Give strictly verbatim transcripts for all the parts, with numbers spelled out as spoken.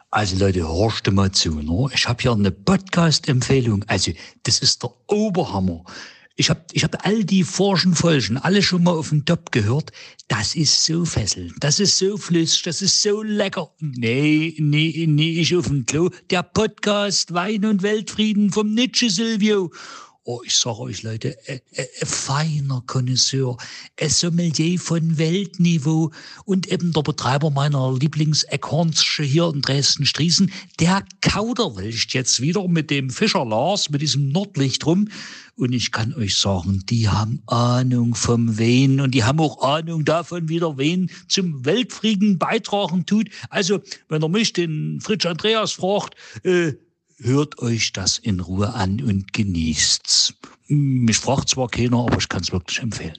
Also Leute, horcht mal zu, ne? Ich habe hier eine Podcast-Empfehlung. Also, das ist der Oberhammer. Ich habe ich hab all die forschen Folgen alle schon mal auf dem Top gehört. Das ist so fesselnd, das ist so flüssig, das ist so lecker. Nee, nee, nee, ich auf dem Klo. Der Podcast Wein und Weltfrieden vom Nietzsche Silvio. Oh, ich sag euch, Leute, ein äh, äh, feiner Connoisseur, ein Sommelier von Weltniveau und eben der Betreiber meiner Lieblings-Eckhornsche hier in Dresden-Striesen, der kauderwelcht jetzt wieder mit dem Fischer Lars, mit diesem Nordlicht rum. Und ich kann euch sagen, die haben Ahnung vom Wein und die haben auch Ahnung davon, wie der Wein zum Weltfrieden beitragen tut. Also, wenn er mich, den Fritsch Andreas, fragt, äh, hört euch das in Ruhe an und genießt's. Mich fragt zwar keiner, aber ich kann es wirklich empfehlen.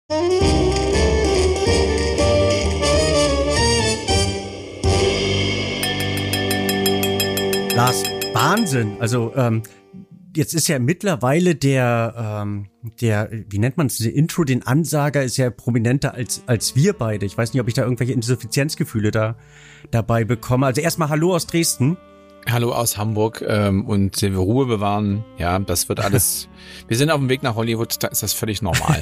Lars, Wahnsinn. Also ähm, jetzt ist ja mittlerweile der, ähm, der, wie nennt man es, der Intro, den Ansager ist ja prominenter als als wir beide. Ich weiß nicht, ob ich da irgendwelche Insuffizienzgefühle da dabei bekomme. Also erstmal Hallo aus Dresden. Hallo aus Hamburg ähm, und wir Ruhe bewahren. Ja, das wird alles. Wir sind auf dem Weg nach Hollywood, da ist das völlig normal.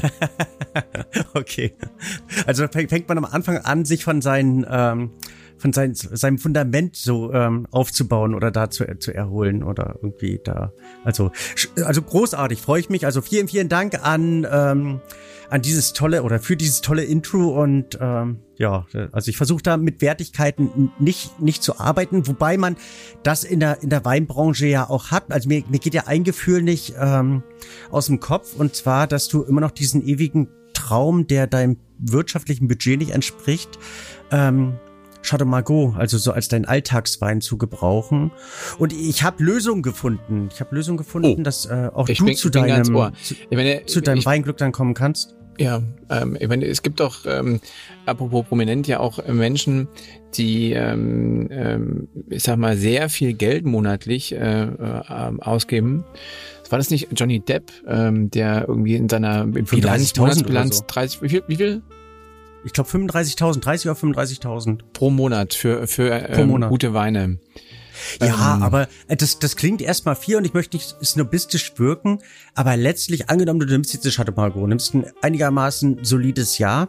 Okay. Also fängt man am Anfang an, sich von seinen ähm, von sein, seinem Fundament so ähm, aufzubauen oder da zu, zu erholen oder irgendwie da. Also also großartig, freue ich mich. Also vielen, vielen Dank an ähm, an dieses tolle oder für dieses tolle Intro und ähm, ja, also ich versuche da mit Wertigkeiten nicht nicht zu arbeiten, wobei man das in der in der Weinbranche ja auch hat. Also mir mir geht ja ein Gefühl nicht ähm, aus dem Kopf und zwar, dass du immer noch diesen ewigen Traum, der deinem wirtschaftlichen Budget nicht entspricht, ähm, Chateau Margaux, also so als dein Alltagswein zu gebrauchen. Und ich habe Lösungen gefunden. Ich habe Lösungen gefunden, oh, dass äh, auch du bin, zu deinem, zu, ich meine, zu deinem ich, Weinglück dann kommen kannst. Ja, ähm, ich meine, es gibt doch, ähm, apropos prominent, ja auch äh, Menschen, die, ähm, ähm, ich sag mal, sehr viel Geld monatlich äh, äh, ausgeben. War das nicht Johnny Depp, ähm, der irgendwie in seiner Bilanz, Monatsbilanz so. dreißig, wie viel? Wie viel? Ich glaube fünfunddreißigtausend, dreißig oder fünfunddreißigtausend. Pro Monat für für ähm, Monat. Gute Weine. Ja, ähm, aber das das klingt erstmal viel und ich möchte nicht snobistisch wirken, aber letztlich angenommen, du nimmst jetzt das Chateau Margaux, nimmst ein einigermaßen solides Jahr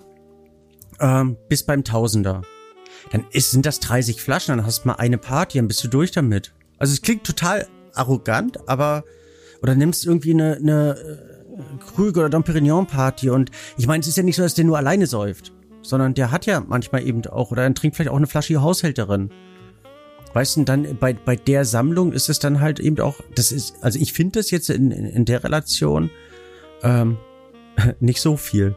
ähm, bis beim Tausender. Dann ist, sind das dreißig Flaschen, dann hast du mal eine Party, dann bist du durch damit. Also es klingt total arrogant, aber oder nimmst irgendwie eine eine Krüger oder Dom Perignon Party und ich meine, es ist ja nicht so, dass der nur alleine säuft, sondern der hat ja manchmal eben auch, oder dann trinkt vielleicht auch eine Flasche Haushälterin. Weißt du, dann bei bei der Sammlung ist es dann halt eben auch, das ist, also ich finde das jetzt in, in in der Relation ähm, nicht so viel.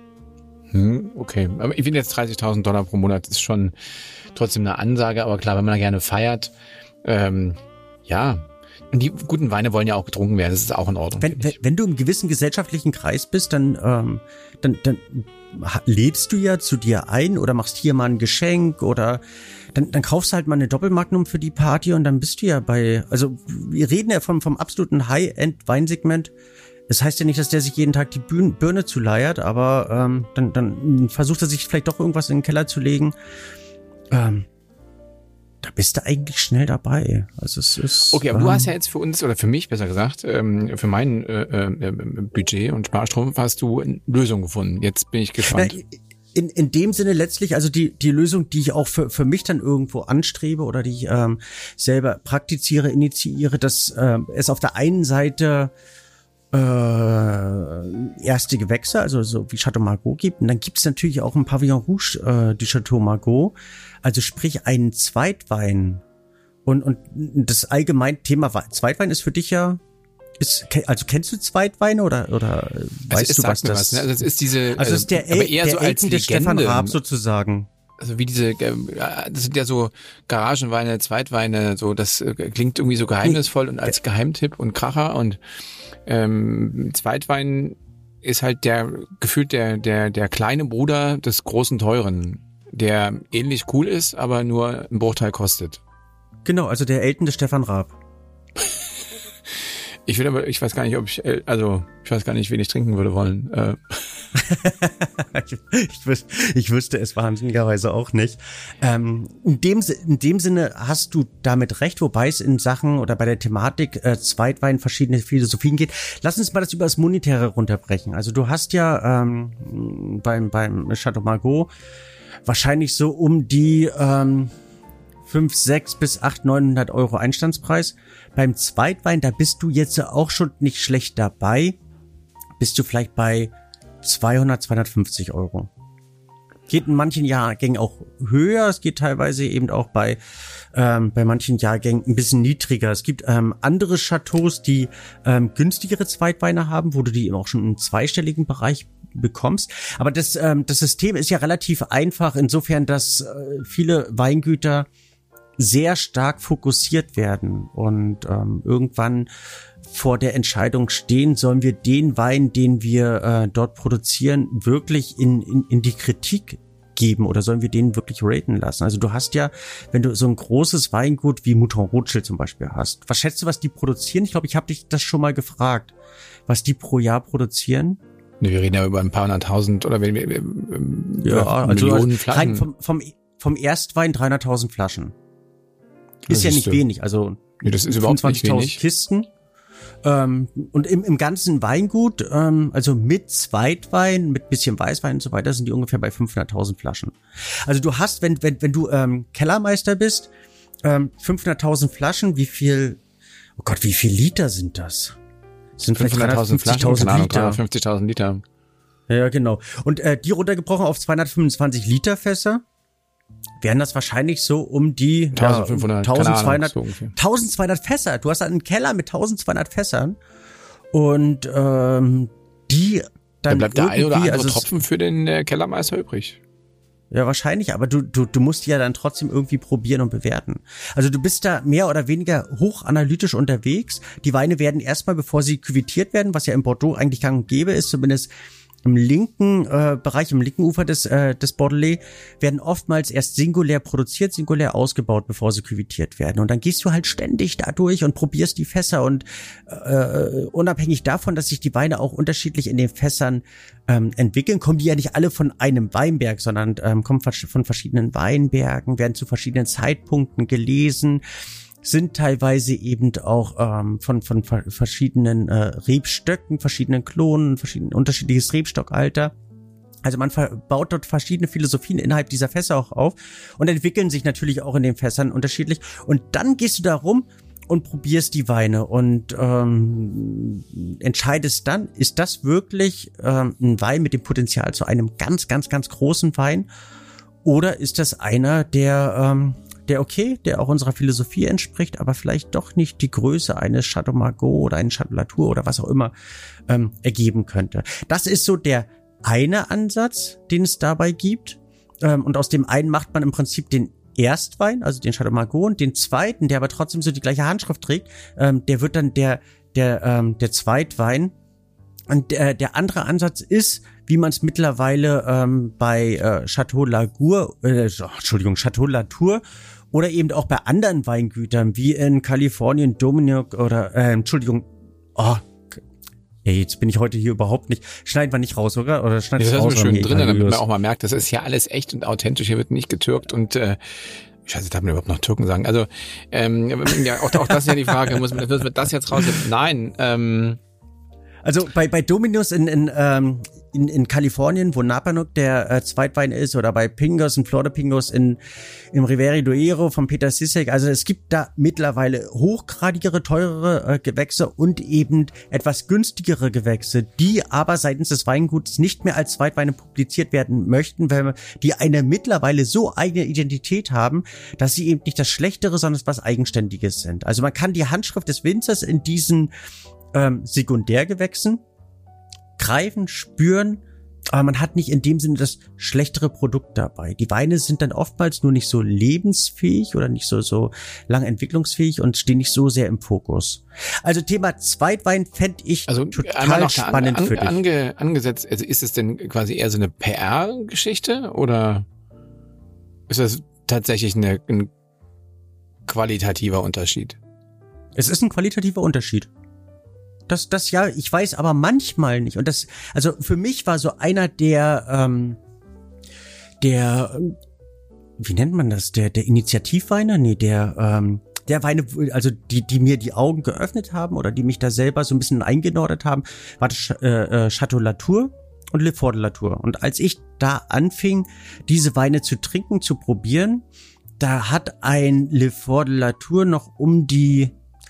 Hm, okay, aber ich finde jetzt dreißigtausend Dollar pro Monat ist schon trotzdem eine Ansage, aber klar, wenn man da gerne feiert, ähm, ja. Und die guten Weine wollen ja auch getrunken werden, das ist auch in Ordnung. Wenn, wenn, wenn du im gewissen gesellschaftlichen Kreis bist, dann, ähm, dann, dann lädst du ja zu dir ein oder machst hier mal ein Geschenk oder dann, dann kaufst du halt mal eine Doppelmagnum für die Party und dann bist du ja bei, also wir reden ja vom, vom absoluten High-End-Weinsegment. Das heißt ja nicht, dass der sich jeden Tag die Bühne, Birne zuleiert, aber ähm, dann, dann versucht er sich vielleicht doch irgendwas in den Keller zu legen. Ähm, Da bist du eigentlich schnell dabei. Also es ist. Okay, aber ähm, du hast ja jetzt für uns oder für mich besser gesagt, ähm, für mein äh, äh, Budget und Sparstrom hast du eine Lösung gefunden. Jetzt bin ich gespannt. In in dem Sinne letztlich, also die die Lösung, die ich auch für für mich dann irgendwo anstrebe oder die ich ähm, selber praktiziere, initiiere, dass ähm, es auf der einen Seite äh, erste Gewächse, also so wie Chateau Margaux gibt. Und dann gibt es natürlich auch ein Pavillon Rouge äh, du Chateau Margaux, also sprich einen Zweitwein. Und und das allgemeine Thema Zweitwein ist für dich ja, ist, also kennst du Zweitweine oder oder weißt also du, was das was, ne? Also das ist diese, also ist der, aber eher der so als Legende Stefan Legende. Raab sozusagen. Also wie diese, das sind ja so Garagenweine, Zweitweine, so das klingt irgendwie so geheimnisvoll und als Geheimtipp und Kracher und ähm, Zweitwein ist halt der gefühlt der der der kleine Bruder des großen Teuren, der ähnlich cool ist, aber nur einen Bruchteil kostet. Genau, also der eltende Stefan Raab. Ich will aber, ich weiß gar nicht, ob ich, also ich weiß gar nicht, wen ich trinken würde wollen. Äh. ich, ich, wüs- ich wüsste es wahnsinnigerweise auch nicht. Ähm, in, dem, Si- in dem Sinne hast du damit recht, wobei es in Sachen oder bei der Thematik äh, Zweitwein verschiedene Philosophien geht. Lass uns mal das über das Monetäre runterbrechen. Also du hast ja ähm, beim, beim Chateau Margaux wahrscheinlich so um die ähm, fünf, sechs bis acht, neunhundert Euro Einstandspreis. Beim Zweitwein, da bist du jetzt auch schon nicht schlecht dabei. Bist du vielleicht bei zweihundert, zweihundertfünfzig Euro. Geht in manchen Jahrgängen auch höher. Es geht teilweise eben auch bei ähm, bei manchen Jahrgängen ein bisschen niedriger. Es gibt ähm, andere Chateaus, die ähm, günstigere Zweitweine haben, wo du die auch schon im zweistelligen Bereich bekommst. Aber das ähm, das System ist ja relativ einfach insofern, dass äh, viele Weingüter sehr stark fokussiert werden und ähm, irgendwann vor der Entscheidung stehen, sollen wir den Wein, den wir äh, dort produzieren, wirklich in, in, in die Kritik geben oder sollen wir den wirklich raten lassen? Also du hast ja, wenn du so ein großes Weingut wie Mouton Rothschild zum Beispiel hast, was schätzt du, was die produzieren? Ich glaube, ich habe dich das schon mal gefragt, was die pro Jahr produzieren. Ne, wir reden ja über ein paar hunderttausend oder wir, wir, wir, Ja, also Millionen Flaschen. rein vom, vom, vom Erstwein dreihunderttausend Flaschen. Das Ist ja ist nicht so. wenig, also Nee, das ist überhaupt nicht fünfundzwanzigtausend wenig. Kisten. Ähm, und im, im ganzen Weingut, ähm, also mit Zweitwein, mit bisschen Weißwein und so weiter, sind die ungefähr bei fünfhunderttausend Flaschen. Also du hast, wenn wenn wenn du ähm, Kellermeister bist, ähm, fünfhunderttausend Flaschen, wie viel, oh Gott, wie viel Liter sind das? Das sind vielleicht fünfhunderttausend Flaschen, keine dreihundertfünfzigtausend Ahnung, Liter. dreihundertfünfzigtausend Liter. Ja, genau. Und äh, die runtergebrochen auf zweihundertfünfundzwanzig Liter Fässer wären das wahrscheinlich so um die eintausendfünfhundert, ja, keine Ahnung, eintausendzweihundert, so ungefähr. eintausendzweihundert Fässer. Du hast einen Keller mit eintausendzweihundert Fässern und ähm, die Da dann bleibt der eine oder irgendwie- andere also es- Tropfen für den äh, Kellermeister übrig. Ja, wahrscheinlich, aber du, du, du musst die ja dann trotzdem irgendwie probieren und bewerten. Also du bist da mehr oder weniger hochanalytisch unterwegs. Die Weine werden erstmal, bevor sie küvitiert werden, was ja in Bordeaux eigentlich gang und gäbe ist, zumindest im linken äh, Bereich, im linken Ufer des, äh, des Bordelais, werden oftmals erst singulär produziert, singulär ausgebaut, bevor sie küvitiert werden. Und dann gehst du halt ständig da durch und probierst die Fässer und äh, unabhängig davon, dass sich die Weine auch unterschiedlich in den Fässern ähm, entwickeln, kommen die ja nicht alle von einem Weinberg, sondern ähm, kommen von verschiedenen Weinbergen, werden zu verschiedenen Zeitpunkten gelesen, sind teilweise eben auch ähm, von von ver- verschiedenen äh, Rebstöcken, verschiedenen Klonen, verschiedenen unterschiedliches Rebstockalter. Also man ver- baut dort verschiedene Philosophien innerhalb dieser Fässer auch auf und entwickeln sich natürlich auch in den Fässern unterschiedlich. Und dann gehst du da rum und probierst die Weine und ähm, entscheidest dann, ist das wirklich ähm, ein Wein mit dem Potenzial zu einem ganz, ganz, ganz großen Wein oder ist das einer, der ähm, der okay, der auch unserer Philosophie entspricht, aber vielleicht doch nicht die Größe eines Chateau Margaux oder eines Chateau Latour oder was auch immer ähm, ergeben könnte. Das ist so der eine Ansatz, den es dabei gibt. Ähm, und aus dem einen macht man im Prinzip den Erstwein, also den Chateau Margaux, und den zweiten, der aber trotzdem so die gleiche Handschrift trägt, ähm, der wird dann der der ähm, der Zweitwein. Und der, der andere Ansatz ist, wie man es mittlerweile ähm, bei äh, Chateau Lagour, äh, Entschuldigung, Chateau Latour oder eben auch bei anderen Weingütern wie in Kalifornien, Dominic oder äh, Entschuldigung, oh, ey, jetzt bin ich heute hier überhaupt nicht. Schneiden wir nicht raus, oder? Oder schneiden Das wir ist raus? so schön Nee, drin, damit los. man auch mal merkt, das ist ja alles echt und authentisch. Hier wird nicht getürkt und äh, Scheiße, darf man überhaupt noch Türken sagen? Also ähm, ja, auch, auch das ist ja die Frage, muss man, wird das jetzt raus? Nein, ähm, Also bei bei Dominus in in ähm, in, in Kalifornien, wo Napa Nook der äh, Zweitwein ist, oder bei Pingos und Flor de Pingos in im Rivera Duero von Peter Sissek. Also es gibt da mittlerweile hochgradigere, teurere äh, Gewächse und eben etwas günstigere Gewächse, die aber seitens des Weinguts nicht mehr als Zweitweine publiziert werden möchten, weil die eine mittlerweile so eigene Identität haben, dass sie eben nicht das Schlechtere, sondern was Eigenständiges sind. Also man kann die Handschrift des Winzers in diesen ähm, Sekundärgewächsen greifen, spüren, aber man hat nicht in dem Sinne das schlechtere Produkt dabei. Die Weine sind dann oftmals nur nicht so lebensfähig oder nicht so so lang entwicklungsfähig und stehen nicht so sehr im Fokus. Also Thema Zweitwein fände ich also total einmal noch spannend an, für dich. Ange, angesetzt, also ist es denn quasi eher so eine P R-Geschichte oder ist das tatsächlich eine, ein qualitativer Unterschied? Es ist ein qualitativer Unterschied. das, das ja, ich weiß aber manchmal nicht. Und das, also für mich war so einer der, ähm, der, wie nennt man das, der, der Initiativweine? Nee, der, ähm, der Weine, also die, die mir die Augen geöffnet haben oder die mich da selber so ein bisschen eingenordet haben, war das äh, äh, Château Latour und Le Fort de Latour. Und als ich da anfing, diese Weine zu trinken, zu probieren, da hat ein Le Fort de Latour noch um die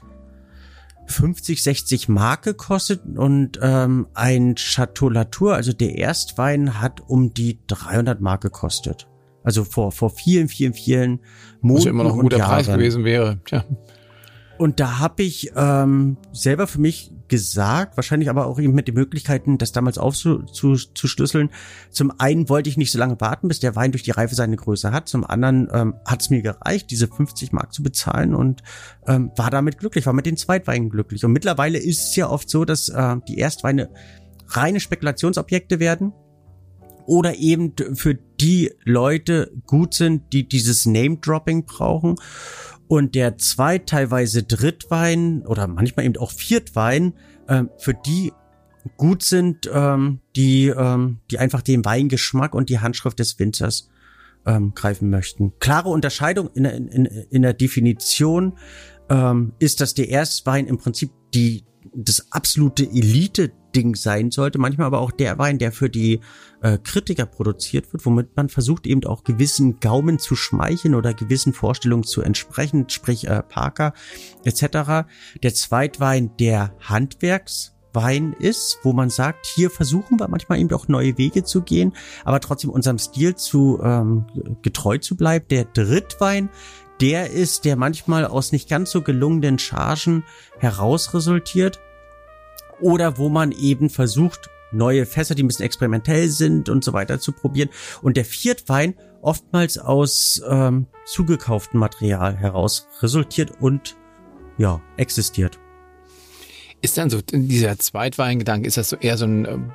fünfzig, sechzig Mark gekostet und ähm, ein Château Latour, also der Erstwein, hat um die dreihundert Mark gekostet. Also vor vor vielen, vielen, vielen Monaten. Was immer noch ein guter Preis gewesen wäre. Tja. Und da habe ich ähm, selber für mich gesagt, wahrscheinlich aber auch eben mit den Möglichkeiten, das damals aufzuschlüsseln. Zum einen wollte ich nicht so lange warten, bis der Wein durch die Reife seine Größe hat. Zum anderen ähm, hat es mir gereicht, diese fünfzig Mark zu bezahlen und ähm, war damit glücklich, war mit den Zweitweinen glücklich. Und mittlerweile ist es ja oft so, dass äh, die Erstweine reine Spekulationsobjekte werden oder eben für die Leute gut sind, die dieses Name-Dropping brauchen. Und der Zweit-, teilweise Drittwein oder manchmal eben auch Viertwein, ähm, für die gut sind, ähm, die, ähm, die einfach den Weingeschmack und die Handschrift des Winzers ähm, greifen möchten. Klare Unterscheidung in, in, in der Definition ähm, ist, dass der Erstwein im Prinzip die das absolute Elite-Ding sein sollte, manchmal aber auch der Wein, der für die äh, Kritiker produziert wird, womit man versucht eben auch gewissen Gaumen zu schmeicheln oder gewissen Vorstellungen zu entsprechen, sprich äh, Parker et cetera. Der Zweitwein der Handwerkswein ist, wo man sagt, hier versuchen wir manchmal eben auch neue Wege zu gehen, aber trotzdem unserem Stil zu ähm, getreu zu bleiben. Der Drittwein, der ist, der manchmal aus nicht ganz so gelungenen Chargen heraus resultiert oder wo man eben versucht, neue Fässer, die ein bisschen experimentell sind und so weiter zu probieren. Und der Viertwein oftmals aus ähm, zugekauftem Material heraus resultiert und ja, existiert. Ist dann so dieser Zweitweingedanke, ist das so eher so ein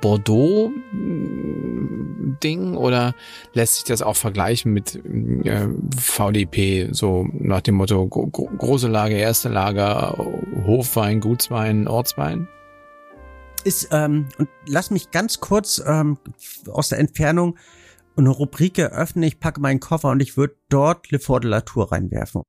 Bordeaux-Ding oder lässt sich das auch vergleichen mit äh, V D P, so nach dem Motto gro- große Lage, erste Lager, Hofwein, Gutswein, Ortswein? Ist, ähm, und lass mich ganz kurz ähm, aus der Entfernung eine Rubrik eröffnen. Ich packe meinen Koffer und ich würde dort Le Fort de Latour reinwerfen.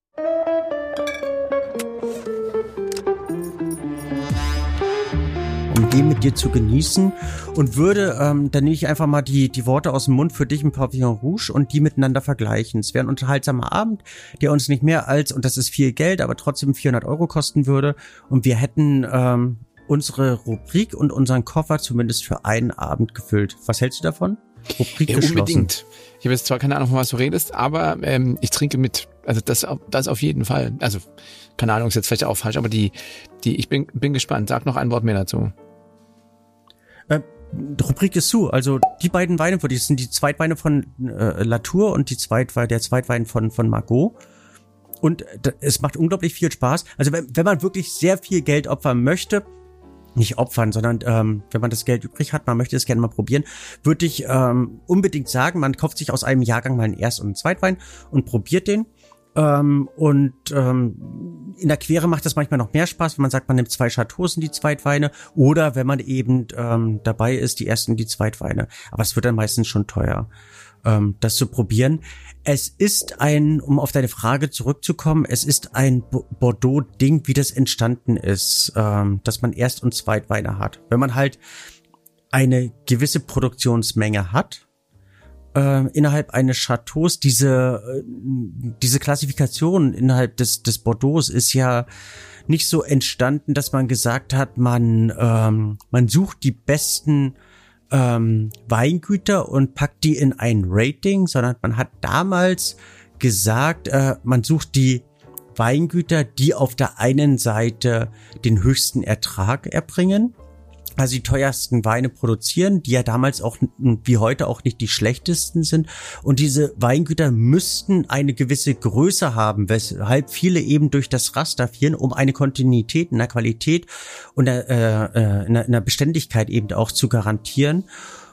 Um den mit dir zu genießen und würde, ähm, dann nehme ich einfach mal die die Worte aus dem Mund für dich im Pavillon Rouge und die miteinander vergleichen. Es wäre ein unterhaltsamer Abend, der uns nicht mehr als, und das ist viel Geld, aber trotzdem vierhundert Euro kosten würde und wir hätten ähm, unsere Rubrik und unseren Koffer zumindest für einen Abend gefüllt. Was hältst du davon? Rubrik ja, geschlossen. Unbedingt. Ich habe jetzt zwar keine Ahnung, von was du redest, aber ähm, ich trinke mit. Also das, das auf jeden Fall. Also keine Ahnung, ist jetzt vielleicht auch falsch, aber die, die, ich bin, bin gespannt. Sag noch ein Wort mehr dazu. Äh, die Rubrik ist zu. Also die beiden Weine, das sind die Zweitweine von äh, Latour und die Zweitwein, der Zweitwein von von Margaux. Und äh, es macht unglaublich viel Spaß. Also wenn, wenn man wirklich sehr viel Geld opfern möchte, nicht opfern, sondern ähm, wenn man das Geld übrig hat, man möchte es gerne mal probieren, würde ich ähm, unbedingt sagen, man kauft sich aus einem Jahrgang mal einen Erst- und einen Zweitwein und probiert den. Ähm, und ähm, in der Quere macht das manchmal noch mehr Spaß, wenn man sagt, man nimmt zwei Chateaus in die Zweitweine oder wenn man eben ähm, dabei ist, die ersten, die Zweitweine. Aber es wird dann meistens schon teuer, ähm, das zu probieren. Es ist ein, um auf deine Frage zurückzukommen, es ist ein Bordeaux-Ding, wie das entstanden ist, ähm, dass man Erst- und Zweitweine hat. Wenn man halt eine gewisse Produktionsmenge hat, äh, innerhalb eines Chateaus, diese, äh, diese Klassifikation innerhalb des, des Bordeaux ist ja nicht so entstanden, dass man gesagt hat, man, ähm, man sucht die besten Ähm, Weingüter und packt die in ein Rating, sondern man hat damals gesagt, äh, man sucht die Weingüter, die auf der einen Seite den höchsten Ertrag erbringen, also die teuersten Weine produzieren, die ja damals auch wie heute auch nicht die schlechtesten sind. Und diese Weingüter müssten eine gewisse Größe haben, weshalb viele eben durch das Raster fielen, um eine Kontinuität in der Qualität und der, äh, in, der, in der Beständigkeit eben auch zu garantieren.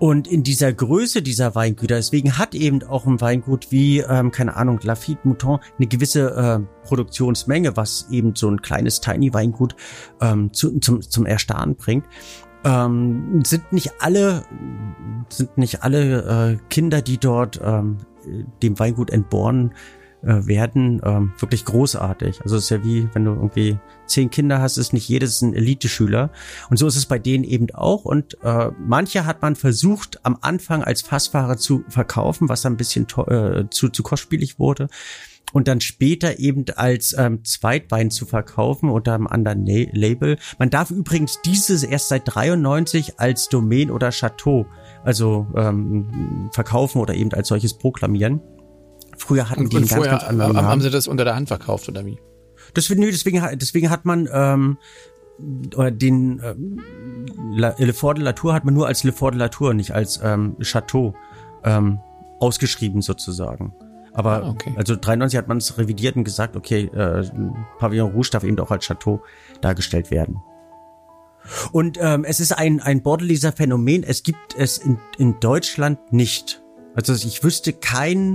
Und in dieser Größe dieser Weingüter, deswegen hat eben auch ein Weingut wie, ähm, keine Ahnung, Lafite Mouton eine gewisse äh, Produktionsmenge, was eben so ein kleines Tiny-Weingut ähm, zu, zum, zum Erstarren bringt. Ähm, sind nicht alle, sind nicht alle äh, Kinder, die dort ähm, dem Weingut entboren äh, werden, ähm, wirklich großartig. Also es ist ja wie, wenn du irgendwie zehn Kinder hast, ist nicht jedes ein Elite-Schüler. Und so ist es bei denen eben auch. Und äh, manche hat man versucht, am Anfang als Fassfahrer zu verkaufen, was dann ein bisschen äh, zu, zu kostspielig wurde. Und dann später eben als ähm, Zweitwein zu verkaufen unter einem anderen Na- Label. Man darf übrigens dieses erst seit dreiundneunzig als Domain oder Chateau, also ähm, verkaufen oder eben als solches proklamieren. Früher hatten die einen ganz, ganz anderen Namen. Haben sie das unter der Hand verkauft oder wie? Das, nö, deswegen, deswegen hat man ähm, oder den ähm, Le Fort de la Tour hat man nur als Le Fort de la Tour, nicht als ähm, Chateau ähm, ausgeschrieben sozusagen. Aber ah, okay. Also dreiundneunzig hat man es revidiert und gesagt, okay, äh, Pavillon Rouge darf eben auch als Chateau dargestellt werden. Und ähm, es ist ein ein Bordeleser Phänomen. Es gibt es in, in Deutschland nicht. Also ich wüsste keinen,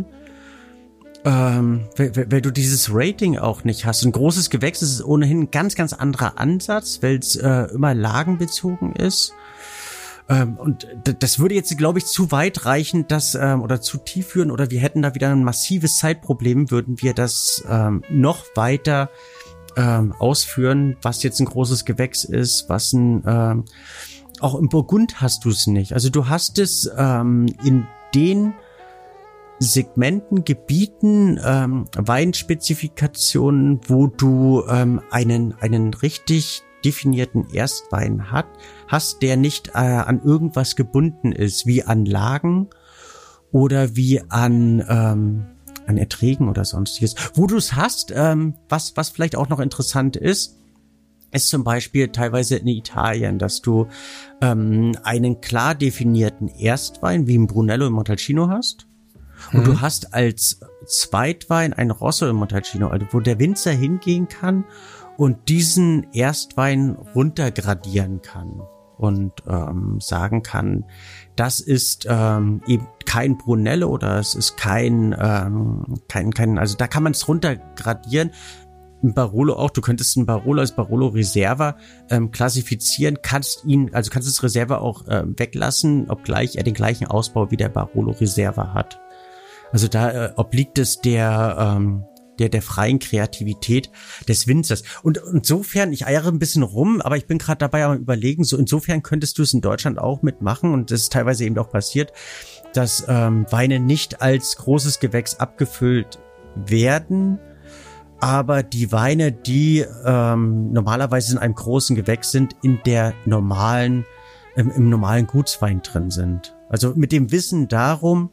ähm, weil du dieses Rating auch nicht hast. Ein großes Gewächs ist ohnehin ein ganz, ganz anderer Ansatz, weil es äh, immer lagenbezogen ist. Ähm, und das würde jetzt, glaube ich, zu weit reichen, dass ähm, oder zu tief führen, oder wir hätten da wieder ein massives Zeitproblem, würden wir das ähm, noch weiter ähm, ausführen, was jetzt ein großes Gewächs ist, was ein ähm, auch im Burgund hast du es nicht. Also du hast es ähm, in den Segmenten, Gebieten, ähm, Weinspezifikationen, wo du ähm, einen einen richtig definierten Erstwein hat, hast, der nicht äh, an irgendwas gebunden ist, wie an Lagen oder wie an ähm, an Erträgen oder sonstiges. Wo du es hast, ähm, was was vielleicht auch noch interessant ist, ist zum Beispiel teilweise in Italien, dass du ähm, einen klar definierten Erstwein wie ein Brunello im Montalcino hast. Und mhm. du hast als Zweitwein ein Rosso im Montalcino, also wo der Winzer hingehen kann und diesen Erstwein runtergradieren kann und ähm, sagen kann, das ist ähm, eben kein Brunello oder es ist kein, ähm, kein, kein, also da kann man es runtergradieren. Ein Barolo auch, du könntest einen Barolo als Barolo Reserva ähm, klassifizieren, kannst ihn, also kannst das Reserva auch äh, weglassen, obgleich er den gleichen Ausbau wie der Barolo Reserva hat. Also da äh, obliegt es der, ähm, der, der freien Kreativität des Winzers. Und insofern, ich eiere ein bisschen rum, aber ich bin gerade dabei am Überlegen, so insofern könntest du es in Deutschland auch mitmachen, und das ist teilweise eben auch passiert, dass ähm, Weine nicht als großes Gewächs abgefüllt werden, aber die Weine, die ähm, normalerweise in einem großen Gewächs sind, in der normalen, im, im normalen Gutswein drin sind. Also mit dem Wissen darum,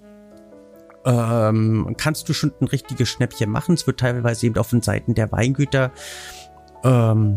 ähm, kannst du schon ein richtiges Schnäppchen machen. Es wird teilweise eben auf den Seiten der Weingüter ähm,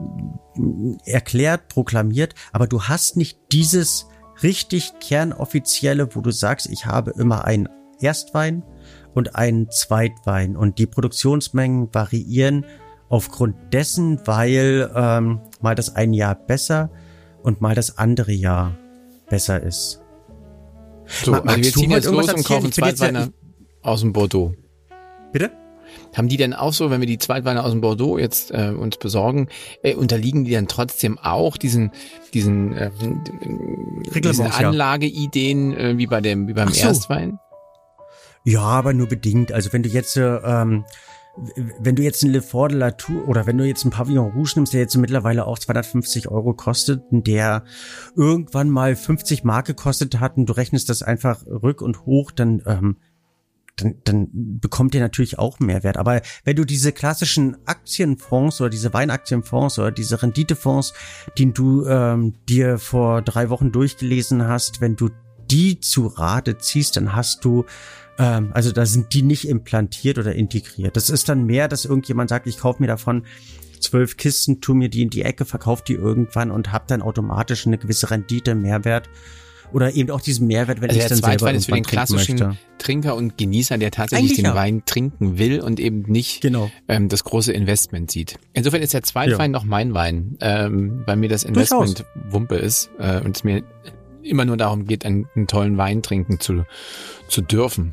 erklärt, proklamiert, aber du hast nicht dieses richtig kernoffizielle, wo du sagst, ich habe immer einen Erstwein und einen Zweitwein, und die Produktionsmengen variieren aufgrund dessen, weil ähm, mal das eine Jahr besser und mal das andere Jahr besser ist. So, also wir ziehen jetzt los und kaufen Zweitweine aus dem Bordeaux. Bitte? Haben die denn auch so, wenn wir die Zweitweine aus dem Bordeaux jetzt äh, uns besorgen, äh, unterliegen die dann trotzdem auch diesen diesen, äh, diesen Anlageideen äh, wie bei dem wie beim so. Erstwein? Ja, aber nur bedingt. Also wenn du jetzt ähm, wenn du jetzt einen Le Fort de la Tour oder wenn du jetzt einen Pavillon Rouge nimmst, der jetzt mittlerweile auch zweihundertfünfzig Euro kostet, der irgendwann mal fünfzig Mark gekostet hat, und du rechnest das einfach rück und hoch, dann ähm, dann, dann bekommt der natürlich auch Mehrwert. Aber wenn du diese klassischen Aktienfonds oder diese Weinaktienfonds oder diese Renditefonds, die du ähm, dir vor drei Wochen durchgelesen hast, wenn du die zu Rate ziehst, dann hast du also da sind die nicht implantiert oder integriert. Das ist dann mehr, dass irgendjemand sagt, ich kaufe mir davon zwölf Kisten, tu mir die in die Ecke, verkaufe die irgendwann und habe dann automatisch eine gewisse Rendite, Mehrwert. Oder eben auch diesen Mehrwert, wenn also ich dann selber irgendwann ist für den klassischen möchte. Trinker und Genießer, der tatsächlich Eigentlich den ja. Wein trinken will und eben nicht genau. ähm, das große Investment sieht. Insofern ist der Zweitwein ja. noch mein Wein, ähm, weil mir das Investment Durchaus. Wumpe ist äh, und es mir immer nur darum geht, einen, einen tollen Wein trinken zu, zu dürfen.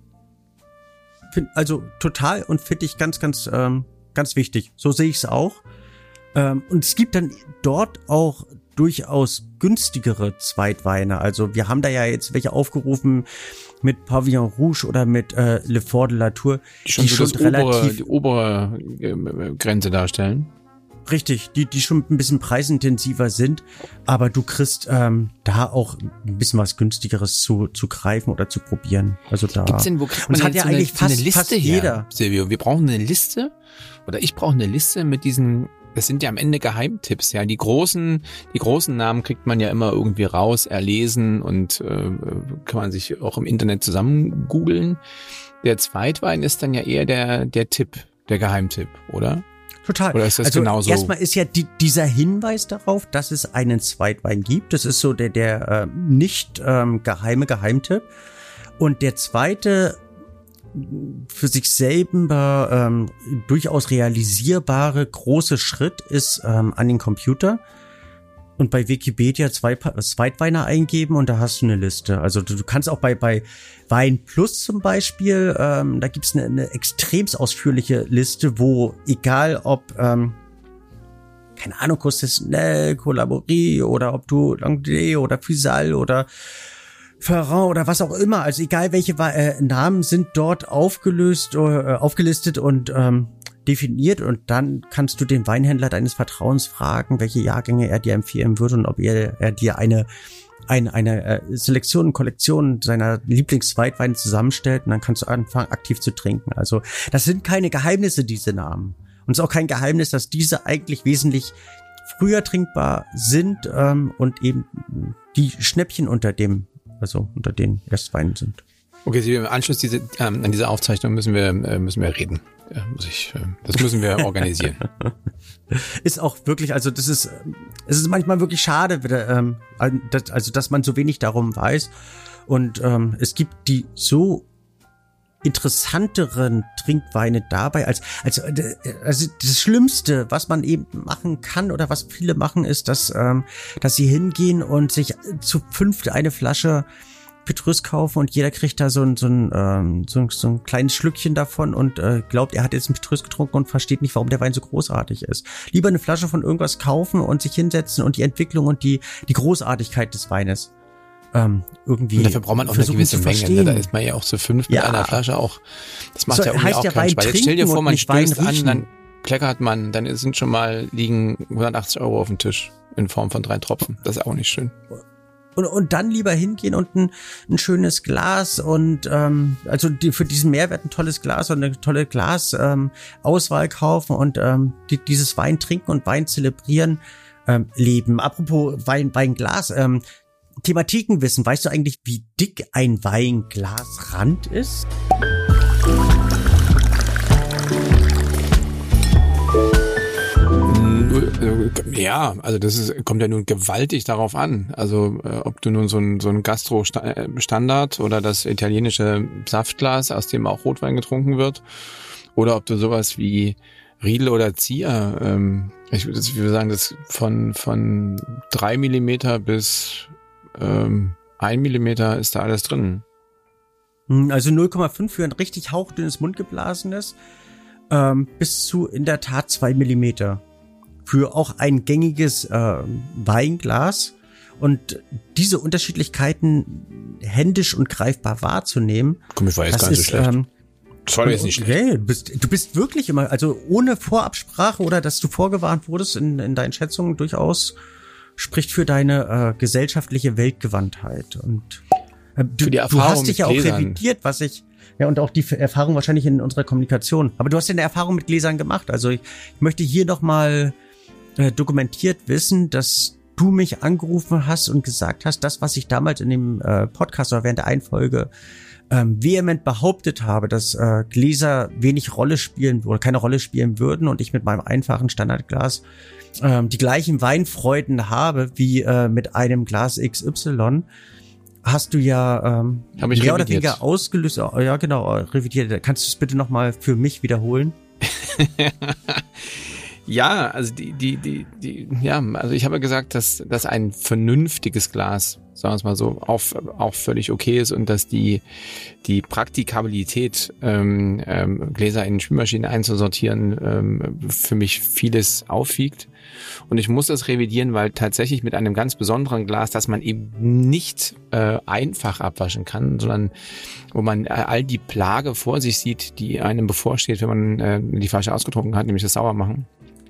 Find, also total und finde ich ganz, ganz, ähm, ganz wichtig. So sehe ich es auch. Ähm, und es gibt dann dort auch durchaus günstigere Zweitweine. Also wir haben da ja jetzt welche aufgerufen mit Pavillon Rouge oder mit äh, Le Fort de la Tour, die schon, die so schon das relativ obere, die obere äh, Grenze darstellen. Richtig, die die schon ein bisschen preisintensiver sind, aber du kriegst ähm, da auch ein bisschen was günstigeres zu zu greifen oder zu probieren. Also da. Gibt's denn, wo kriegt man und hat ja so eigentlich eine, fast, so eine Liste fast her, jeder. Silvio? Wir brauchen eine Liste oder ich brauche eine Liste mit diesen. Das sind ja am Ende Geheimtipps, ja. Die großen, die großen Namen kriegt man ja immer irgendwie raus, erlesen und äh, kann man sich auch im Internet zusammen googeln. Der Zweitwein ist dann ja eher der der Tipp, der Geheimtipp, oder? Total. Oder ist das also genauso? Erstmal ist ja die, dieser Hinweis darauf, dass es einen Zweitwein gibt. Das ist so der der äh, nicht ähm, geheime Geheimtipp. Und der zweite für sich selber ähm, durchaus realisierbare große Schritt ist ähm, an den Computer und bei Wikipedia zwei Zweitweine eingeben und da hast du eine Liste. Also du, du kannst auch bei bei Wein Plus zum Beispiel, ähm, da gibt's eine, eine extremst ausführliche Liste, wo egal ob ähm, keine Ahnung, Costes-Nel, Collaborie oder ob du Langley oder Fusal oder Ferrand oder was auch immer, also egal welche äh, Namen sind dort aufgelöst, äh, aufgelistet und ähm, definiert und dann kannst du den Weinhändler deines Vertrauens fragen, welche Jahrgänge er dir empfehlen würde und ob er, er dir eine eine, eine äh, Selektion, Kollektion seiner Lieblingszweitweine zusammenstellt und dann kannst du anfangen aktiv zu trinken. Also das sind keine Geheimnisse, diese Namen. Und es ist auch kein Geheimnis, dass diese eigentlich wesentlich früher trinkbar sind ähm, und eben die Schnäppchen unter dem also unter den Erstweinen sind. Okay, Sie, im Anschluss diese, ähm, an diese Aufzeichnung müssen wir äh, müssen wir reden. Ja, muss ich, äh, das müssen wir organisieren. Ist auch wirklich, also das ist, es ist manchmal wirklich schade, ähm, dass, also dass man so wenig darum weiß. Und ähm, es gibt die so interessanteren Trinkweine dabei als als also das Schlimmste, was man eben machen kann oder was viele machen, ist, dass ähm, dass sie hingehen und sich zu fünft eine Flasche Petrus kaufen und jeder kriegt da so ein so ein ähm, so, ein, so ein kleines Schlückchen davon und äh, glaubt, er hat jetzt einen Petrus getrunken und versteht nicht, warum der Wein so großartig ist. Lieber eine Flasche von irgendwas kaufen und sich hinsetzen und die Entwicklung und die die Großartigkeit des Weines Ähm, irgendwie. Und dafür braucht man auch eine gewisse Menge. Ne? Da ist man ja auch zu fünf mit ja. einer Flasche auch. Das macht so, ja irgendwie auch ja keinen Spaß. Jetzt stell dir vor, man stößt an, riechen. dann kleckert man, dann sind schon mal liegen hundertachtzig Euro auf dem Tisch in Form von drei Tropfen. Das ist auch nicht schön. Und, und dann lieber hingehen und ein, ein schönes Glas und ähm, also die, für diesen Mehrwert ein tolles Glas und eine tolle Glasauswahl ähm, kaufen und ähm, die, dieses Wein trinken und Wein zelebrieren ähm, leben. Apropos Wein, Weinglas, ähm, Thematikenwissen. Weißt du eigentlich, wie dick ein Weinglasrand ist? Ja, also das ist, kommt ja nun gewaltig darauf an. Also äh, ob du nun so ein, so ein Gastro-Standard oder das italienische Saftglas, aus dem auch Rotwein getrunken wird, oder ob du sowas wie Riedel oder Zier, ähm, ich würde sagen, das von von drei Millimeter bis ähm, ein Millimeter ist da alles drin. Also null Komma fünf für ein richtig hauchdünnes Mundgeblasenes, ähm, bis zu in der Tat zwei Millimeter. Für auch ein gängiges äh, Weinglas. Und diese Unterschiedlichkeiten händisch und greifbar wahrzunehmen. Komm, ich war jetzt gar nicht so schlecht. Ähm, das war jetzt nicht schlecht. Okay, du bist, du bist wirklich immer, also ohne Vorabsprache oder dass du vorgewarnt wurdest in, in deinen Schätzungen durchaus spricht für deine äh, gesellschaftliche Weltgewandtheit. Und äh, du, du hast dich ja auch revidiert, was ich, ja, und auch die Erfahrung wahrscheinlich in unserer Kommunikation. Aber du hast ja eine Erfahrung mit Gläsern gemacht. Also ich, ich möchte hier nochmal äh, dokumentiert wissen, dass du mich angerufen hast und gesagt hast, das, was ich damals in dem äh, Podcast oder während der Einfolge ähm, vehement behauptet habe, dass äh, Gläser wenig Rolle spielen oder keine Rolle spielen würden und ich mit meinem einfachen Standardglas ähm, die gleichen Weinfreuden habe wie äh, mit einem Glas X Y, hast du ja ähm, mehr revidiert. Oder weniger ausgelöst. Ja, genau, revidiert. Kannst du es bitte nochmal für mich wiederholen? Ja, also die, die, die, die, ja, also ich habe gesagt, dass, dass ein vernünftiges Glas, sagen wir es mal so, auch, auch völlig okay ist und dass die, die Praktikabilität, ähm, ähm, Gläser in Spülmaschinen einzusortieren, ähm, für mich vieles aufwiegt. Und ich muss das revidieren, weil tatsächlich mit einem ganz besonderen Glas, das man eben nicht äh, einfach abwaschen kann, sondern wo man all die Plage vor sich sieht, die einem bevorsteht, wenn man äh, die Flasche ausgetrunken hat, nämlich das Saubermachen.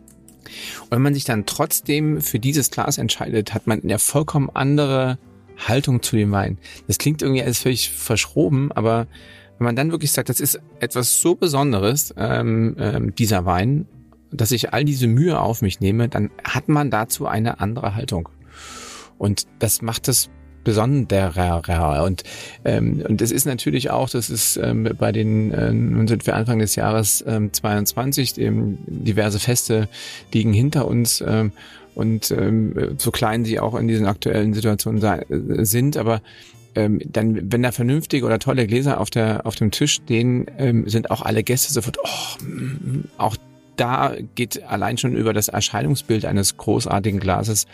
Und wenn man sich dann trotzdem für dieses Glas entscheidet, hat man eine vollkommen andere Haltung zu dem Wein. Das klingt irgendwie alles völlig verschroben, aber wenn man dann wirklich sagt, das ist etwas so Besonderes, ähm, ähm, dieser Wein, dass ich all diese Mühe auf mich nehme, dann hat man dazu eine andere Haltung. Und das macht es besonderer. Und ähm, und es ist natürlich auch, das ist ähm, bei den, äh, nun sind wir Anfang des Jahres ähm, zweiundzwanzig, ähm, diverse Feste liegen hinter uns ähm, und ähm, so klein sie auch in diesen aktuellen Situationen sei, äh, sind, aber ähm, dann, wenn da vernünftige oder tolle Gläser auf der auf dem Tisch stehen, ähm, sind auch alle Gäste sofort, oh, mh, auch da geht allein schon über das Erscheinungsbild eines großartigen Glases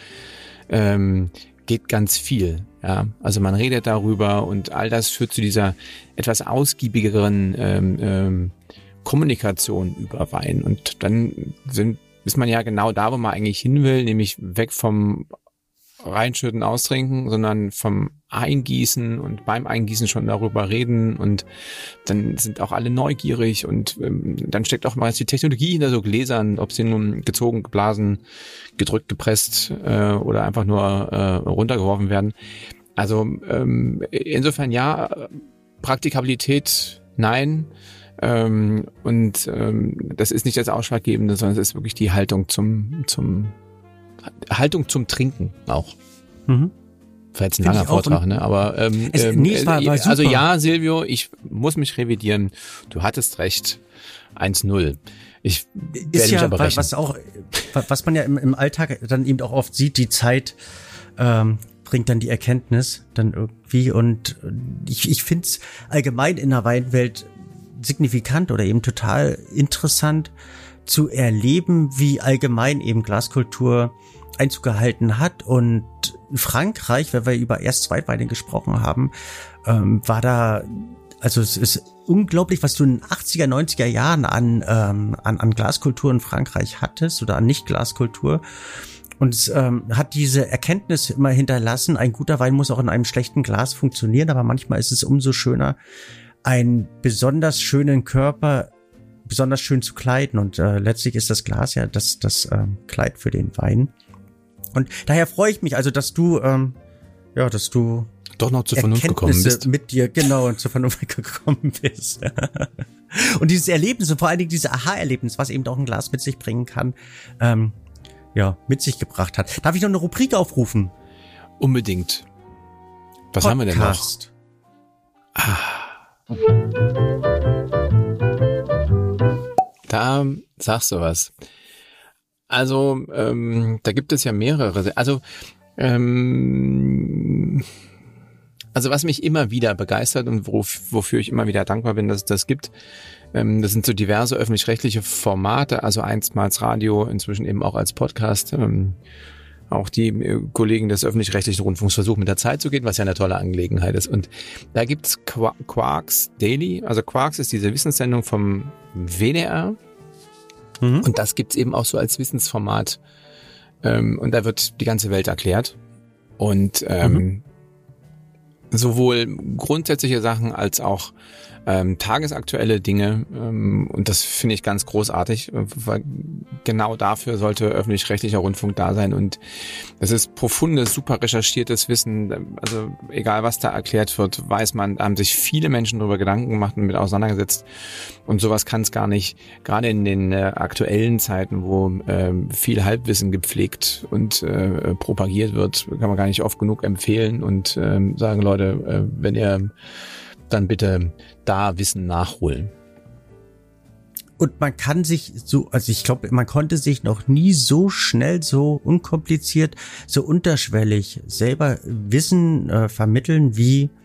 ähm, geht ganz viel. Ja, also man redet darüber und all das führt zu dieser etwas ausgiebigeren ähm, ähm, Kommunikation über Wein. Und dann sind, ist man ja genau da, wo man eigentlich hin will, nämlich weg vom Reinschütten, Austrinken, sondern vom Eingießen und beim Eingießen schon darüber reden und dann sind auch alle neugierig und ähm, dann steckt auch mal die Technologie hinter so Gläsern, ob sie nun gezogen, geblasen, gedrückt, gepresst äh, oder einfach nur äh, runtergeworfen werden. Also ähm, insofern ja, Praktikabilität nein, ähm, und ähm, das ist nicht das Ausschlaggebende, sondern es ist wirklich die Haltung zum zum Haltung zum Trinken auch. Mhm. War jetzt ein langer Vortrag, ne? Aber ähm, es, ähm, nee, es war, war also ja, Silvio, ich muss mich revidieren. Du hattest recht. eins null. Ich werde ist mich ja, aber rächen. Was auch, was man ja im, im Alltag dann eben auch oft sieht, die Zeit ähm, bringt dann die Erkenntnis dann irgendwie und ich, ich finde es allgemein in der Weinwelt signifikant oder eben total interessant zu erleben, wie allgemein eben Glaskultur Einzug gehalten hat. Und Frankreich, weil wir über Erst-Zweitweine gesprochen haben, ähm, war da, also es ist unglaublich, was du in den achtziger, neunziger Jahren an, ähm, an, an Glaskultur in Frankreich hattest oder an Nicht-Glaskultur. Und es ähm, hat diese Erkenntnis immer hinterlassen, ein guter Wein muss auch in einem schlechten Glas funktionieren, aber manchmal ist es umso schöner, einen besonders schönen Körper besonders schön zu kleiden und äh, letztlich ist das Glas ja das das ähm, Kleid für den Wein und daher freue ich mich also, dass du ähm, ja, dass du doch noch zur Vernunft gekommen bist, mit dir genau und zur Vernunft gekommen bist und dieses Erlebnis und vor allen Dingen dieses Aha-Erlebnis, was eben auch ein Glas mit sich bringen kann, ähm, ja, mit sich gebracht hat. Darf ich noch eine Rubrik aufrufen? Unbedingt. Was Podcast. Haben wir denn noch? Ah. Da sagst du was. Also, ähm, da gibt es ja mehrere. Also, ähm, also was mich immer wieder begeistert und wof- wofür ich immer wieder dankbar bin, dass es das gibt, ähm, das sind so diverse öffentlich-rechtliche Formate, also einstmals Radio, inzwischen eben auch als Podcast. Ähm, auch die äh, Kollegen des öffentlich-rechtlichen Rundfunks versuchen mit der Zeit zu gehen, was ja eine tolle Angelegenheit ist. Und da gibt's Qu- Quarks Daily. Also Quarks ist diese Wissenssendung vom W D R. Mhm. Und das gibt's eben auch so als Wissensformat. Ähm, und da wird die ganze Welt erklärt. Und ähm, mhm. sowohl grundsätzliche Sachen als auch ähm, tagesaktuelle Dinge. Ähm, und das finde ich ganz großartig, weil genau dafür sollte öffentlich-rechtlicher Rundfunk da sein. Und das ist profundes, super recherchiertes Wissen. Also egal, was da erklärt wird, weiß man, da haben sich viele Menschen darüber Gedanken gemacht und mit auseinandergesetzt. Und sowas kann es gar nicht, gerade in den äh, aktuellen Zeiten, wo äh, viel Halbwissen gepflegt und äh, propagiert wird, kann man gar nicht oft genug empfehlen und äh, sagen, Leute, äh, wenn ihr dann bitte da Wissen nachholen. Und man kann sich so, also ich glaube, man konnte sich noch nie so schnell, so unkompliziert, so unterschwellig selber Wissen äh, vermitteln wie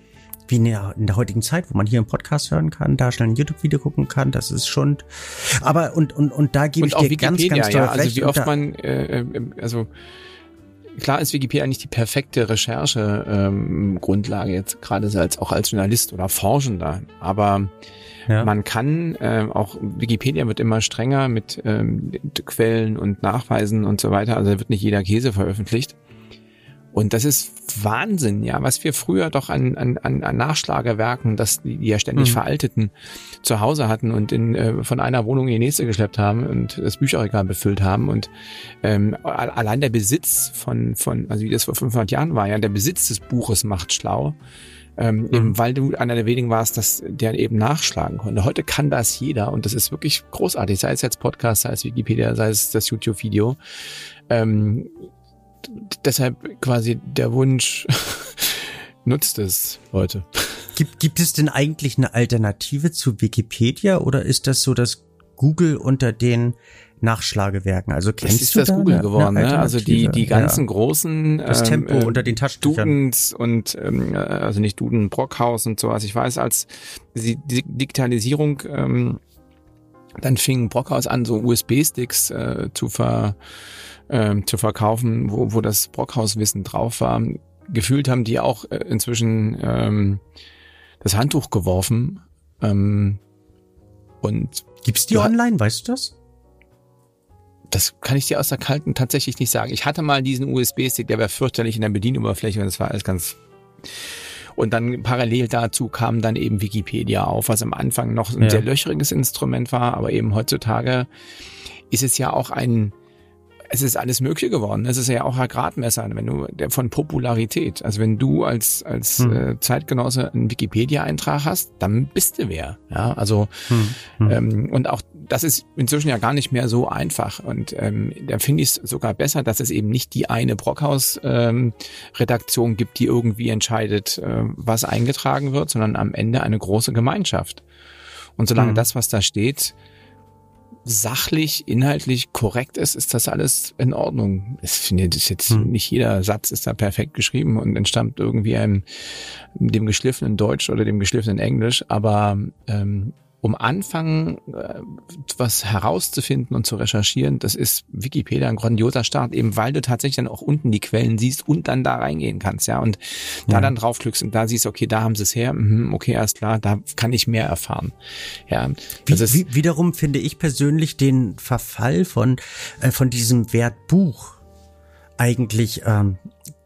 wie in der, in der heutigen Zeit, wo man hier einen Podcast hören kann, da schnell ein YouTube-Video gucken kann, das ist schon, aber und und und da gebe ich dir ganz, ganz doll ja, also recht. wie oft man, äh, also klar ist Wikipedia nicht die perfekte Recherche-Grundlage ähm, jetzt gerade als auch als Journalist oder Forschender, aber ja. man kann äh, auch Wikipedia wird immer strenger mit ähm, Quellen und Nachweisen und so weiter, also da wird nicht jeder Käse veröffentlicht. Und das ist Wahnsinn, ja, was wir früher doch an, an, an Nachschlagewerken, das die ja ständig mhm. veralteten, zu Hause hatten und in, äh, von einer Wohnung in die nächste geschleppt haben und das Bücherregal befüllt haben. Und ähm, allein der Besitz von, von, also wie das vor fünfhundert Jahren war, ja, der Besitz des Buches macht schlau, ähm, mhm. eben weil du einer der wenigen warst, dass der eben nachschlagen konnte. Heute kann das jeder und das ist wirklich großartig, sei es jetzt Podcast, sei es Wikipedia, sei es das YouTube-Video. Ähm, Deshalb quasi der Wunsch, nutzt es, Leute. Gibt, gibt es denn eigentlich eine Alternative zu Wikipedia oder ist das so, dass Google unter den Nachschlagewerken, also kennst das ist du das da Google eine, geworden, eine ne? Also die die ganzen ja. großen das Tempo ähm, unter den Taschentüchern. Dudens und ähm, also nicht Duden, Brockhaus und sowas. Ich weiß, als die Digitalisierung ähm, dann fing Brockhaus an, so U S B-Sticks äh, zu ver Ähm, zu verkaufen, wo, wo das Brockhauswissen drauf war. Gefühlt haben die auch äh, inzwischen ähm, das Handtuch geworfen. Ähm, und gibt's die online, weißt du das? Das kann ich dir aus der Kalten tatsächlich nicht sagen. Ich hatte mal diesen U S B-Stick, der war fürchterlich in der Bedienoberfläche und das war alles ganz... Und dann parallel dazu kam dann eben Wikipedia auf, was am Anfang noch ein ja. sehr löchriges Instrument war, aber eben heutzutage ist es ja auch ein Es ist alles Mögliche geworden. Es ist ja auch ein Gradmesser, wenn du der von Popularität. Also wenn du als als hm. äh, Zeitgenosse einen Wikipedia-Eintrag hast, dann bist du wer. Ja, also hm. Hm. Ähm, und auch das ist inzwischen ja gar nicht mehr so einfach. Und ähm, da finde ich es sogar besser, dass es eben nicht die eine Brockhaus-Redaktion ähm, gibt, die irgendwie entscheidet, äh, was eingetragen wird, sondern am Ende eine große Gemeinschaft. Und solange hm. das, was da steht, sachlich, inhaltlich korrekt ist, ist das alles in Ordnung. Ich finde, das ist jetzt hm. nicht jeder Satz ist da perfekt geschrieben und entstammt irgendwie einem dem geschliffenen Deutsch oder dem geschliffenen Englisch, aber ähm, um anfangen, äh, was herauszufinden und zu recherchieren, das ist Wikipedia ein grandioser Start, eben weil du tatsächlich dann auch unten die Quellen siehst und dann da reingehen kannst, ja, und ja. da dann draufklickst und da siehst, okay, da haben sie es her, okay, alles klar, da kann ich mehr erfahren. Ja, das wie, ist, wie, wiederum finde ich persönlich den Verfall von äh, von diesem Wertbuch eigentlich ähm,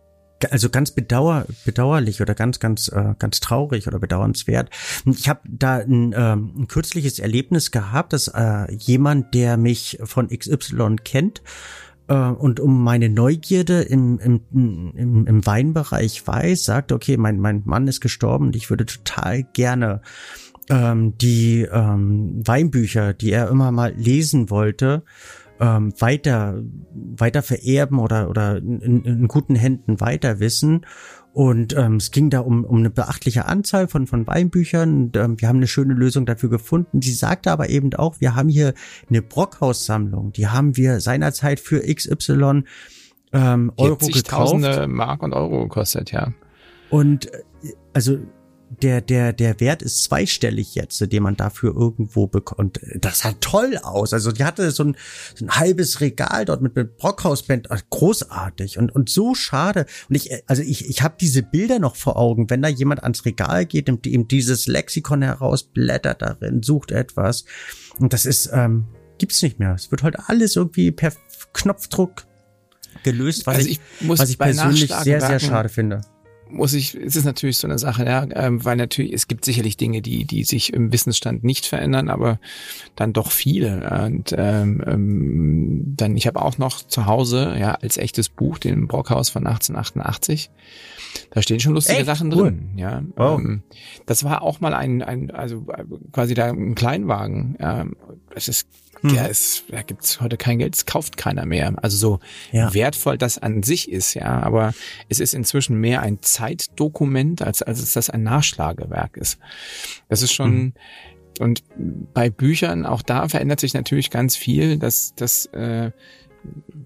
also ganz bedauer, bedauerlich oder ganz, ganz, äh, ganz traurig oder bedauernswert. Ich habe da ein, ähm, ein kürzliches Erlebnis gehabt, dass äh, jemand, der mich von X Y kennt äh, und um meine Neugierde im, im, im, im Weinbereich weiß, sagt, okay, mein, mein Mann ist gestorben und ich würde total gerne ähm, die ähm, Weinbücher, die er immer mal lesen wollte, Ähm, weiter weiter vererben oder oder in, in, in guten Händen weiter wissen. Und ähm, es ging da um um eine beachtliche Anzahl von von Weinbüchern. Und, ähm, wir haben eine schöne Lösung dafür gefunden. Sie sagte aber eben auch, wir haben hier eine Brockhaus-Sammlung. Die haben wir seinerzeit für X Y ähm, Euro gekauft. Tausende Mark und Euro gekostet, ja. Und also der der der Wert ist zweistellig jetzt, den man dafür irgendwo bekommt. Das sah toll aus. Also die hatte so ein, so ein halbes Regal dort mit mit Brockhausband, großartig und und so schade. Und ich also ich ich habe diese Bilder noch vor Augen, wenn da jemand ans Regal geht und ihm dieses Lexikon herausblättert darin, sucht etwas und das ist ähm, gibt's nicht mehr. Es wird heute alles irgendwie per Knopfdruck gelöst, was also ich, ich muss was ich persönlich sehr sehr schade finde. Muss ich, es ist natürlich so eine Sache, ja, ähm, weil natürlich, es gibt sicherlich Dinge, die die sich im Wissensstand nicht verändern, aber dann doch viele. Und ähm, ähm, dann, ich habe auch noch zu Hause, ja, als echtes Buch, den Brockhaus von achtzehnhundertachtundachtzig. Da stehen schon lustige Echt? Sachen cool. drin, ja. Wow. Ähm, das war auch mal ein, ein, also quasi da ein Kleinwagen. Ja, das ist Hm. Der ist, da gibt's heute kein Geld, das kauft keiner mehr. Also so ja. wertvoll das an sich ist, ja, aber es ist inzwischen mehr ein Zeitdokument, als als es das ein Nachschlagewerk ist. Das ist schon hm. und bei Büchern auch da verändert sich natürlich ganz viel, dass dass äh,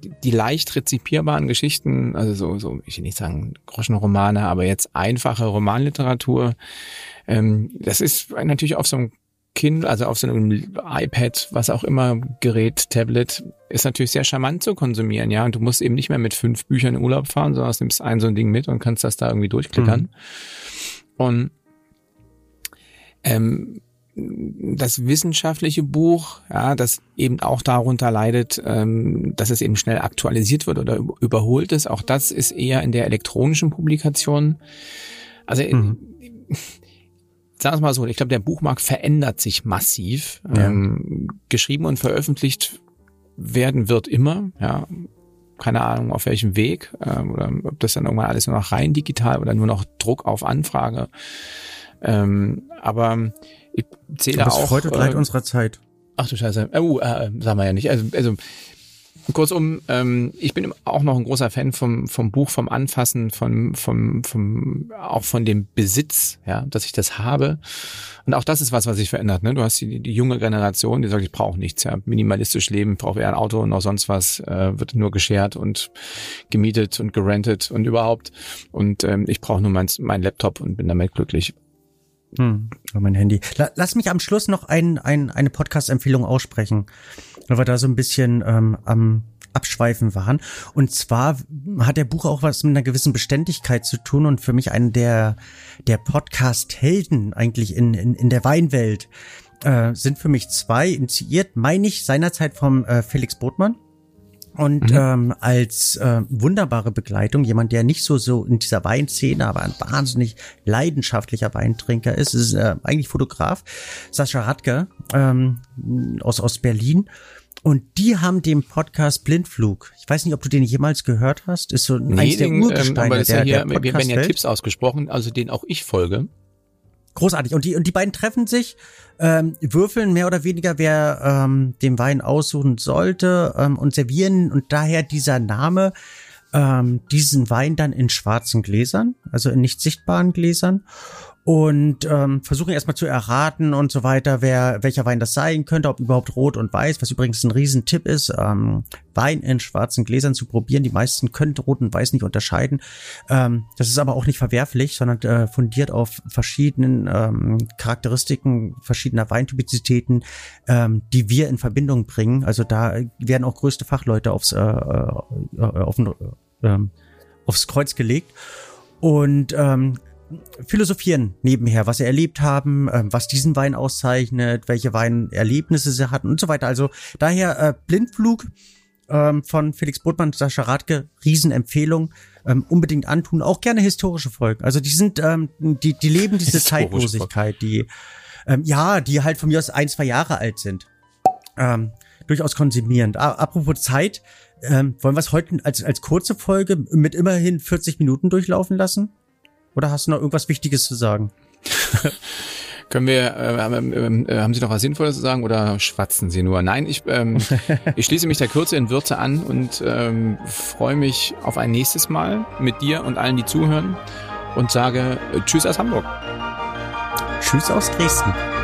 die leicht rezipierbaren Geschichten, also so, so ich will nicht sagen Groschenromane, aber jetzt einfache Romanliteratur, ähm, das ist natürlich auf so einem Kind, also auf so einem iPad, was auch immer, Gerät, Tablet, ist natürlich sehr charmant zu konsumieren, ja. Und du musst eben nicht mehr mit fünf Büchern in Urlaub fahren, sondern du nimmst ein so ein Ding mit und kannst das da irgendwie durchklickern. Mhm. Und ähm, das wissenschaftliche Buch, ja, das eben auch darunter leidet, ähm, dass es eben schnell aktualisiert wird oder überholt ist, auch das ist eher in der elektronischen Publikation. Also mhm. sagen wir mal so, ich glaube, der Buchmarkt verändert sich massiv. Ja. Ähm, geschrieben und veröffentlicht werden wird immer, ja. Keine Ahnung, auf welchem Weg, ähm, oder ob das dann irgendwann alles nur noch rein digital oder nur noch Druck auf Anfrage. Ähm, aber ich zähle auch... Das Freude und Leid äh, unserer Zeit. Ach du Scheiße. Oh, äh, sagen wir ja nicht. Also, also kurzum, ähm, ich bin auch noch ein großer Fan vom vom Buch, vom Anfassen, vom vom vom auch von dem Besitz, ja, dass ich das habe. Und auch das ist was, was sich verändert. Ne? Du hast die, die junge Generation, die sagt, ich brauche nichts, ja, minimalistisch leben, brauche eher ein Auto und auch sonst was, äh, wird nur geshared und gemietet und gerentet und überhaupt. Und ähm, ich brauche nur mein mein Laptop und bin damit glücklich. Hm, mein Handy. Lass mich am Schluss noch ein, ein, eine Podcast-Empfehlung aussprechen, weil wir da so ein bisschen ähm, am Abschweifen waren. Und zwar hat der Buch auch was mit einer gewissen Beständigkeit zu tun und für mich einen der der Podcast-Helden eigentlich in, in in der Weinwelt äh, sind für mich zwei, initiiert, meine ich, seinerzeit vom äh, Felix Botmann. Und mhm. ähm, als äh, wunderbare Begleitung, jemand, der nicht so so in dieser Weinszene, aber ein wahnsinnig leidenschaftlicher Weintrinker ist, ist äh, eigentlich Fotograf, Sascha Radke ähm, aus aus Berlin. Und die haben den Podcast Blindflug. Ich weiß nicht, ob du den jemals gehört hast. Ist so nee, eins der den, Urgesteine ähm, aber das der, ist ja hier, der wir werden ja Tipps ausgesprochen, also den auch ich folge. Großartig. Und die und die beiden treffen sich, ähm, würfeln mehr oder weniger, wer ähm, den Wein aussuchen sollte, ähm, und servieren, und daher dieser Name, ähm, diesen Wein dann in schwarzen Gläsern, also in nicht sichtbaren Gläsern, und ähm, versuchen erstmal zu erraten und so weiter, wer welcher Wein das sein könnte, ob überhaupt rot und weiß, was übrigens ein Riesentipp ist, ähm, Wein in schwarzen Gläsern zu probieren. Die meisten können rot und weiß nicht unterscheiden. Ähm, das ist aber auch nicht verwerflich, sondern äh, fundiert auf verschiedenen ähm, Charakteristiken verschiedener Weintypizitäten, ähm, die wir in Verbindung bringen. Also da werden auch größte Fachleute aufs äh, äh, auf, äh, aufs Kreuz gelegt und ähm, philosophieren nebenher, was sie erlebt haben, äh, was diesen Wein auszeichnet, welche Weinerlebnisse sie hatten und so weiter. Also daher äh, Blindflug ähm, von Felix Botmann und Sascha Radke, Riesenempfehlung, ähm, unbedingt antun, auch gerne historische Folgen. Also die sind, ähm, die die leben diese Zeitlosigkeit, die ähm, ja, die halt von mir aus ein, zwei Jahre alt sind. Ähm, durchaus konsumierend. A- apropos Zeit, ähm, wollen wir es heute als als kurze Folge mit immerhin vierzig Minuten durchlaufen lassen? Oder hast du noch irgendwas Wichtiges zu sagen? Können wir, äh, äh, äh, haben Sie noch was Sinnvolles zu sagen oder schwatzen Sie nur? Nein, ich, ähm, ich schließe mich der Kürze in Würze an und ähm, freue mich auf ein nächstes Mal mit dir und allen, die zuhören, und sage äh, Tschüss aus Hamburg. Tschüss aus Dresden.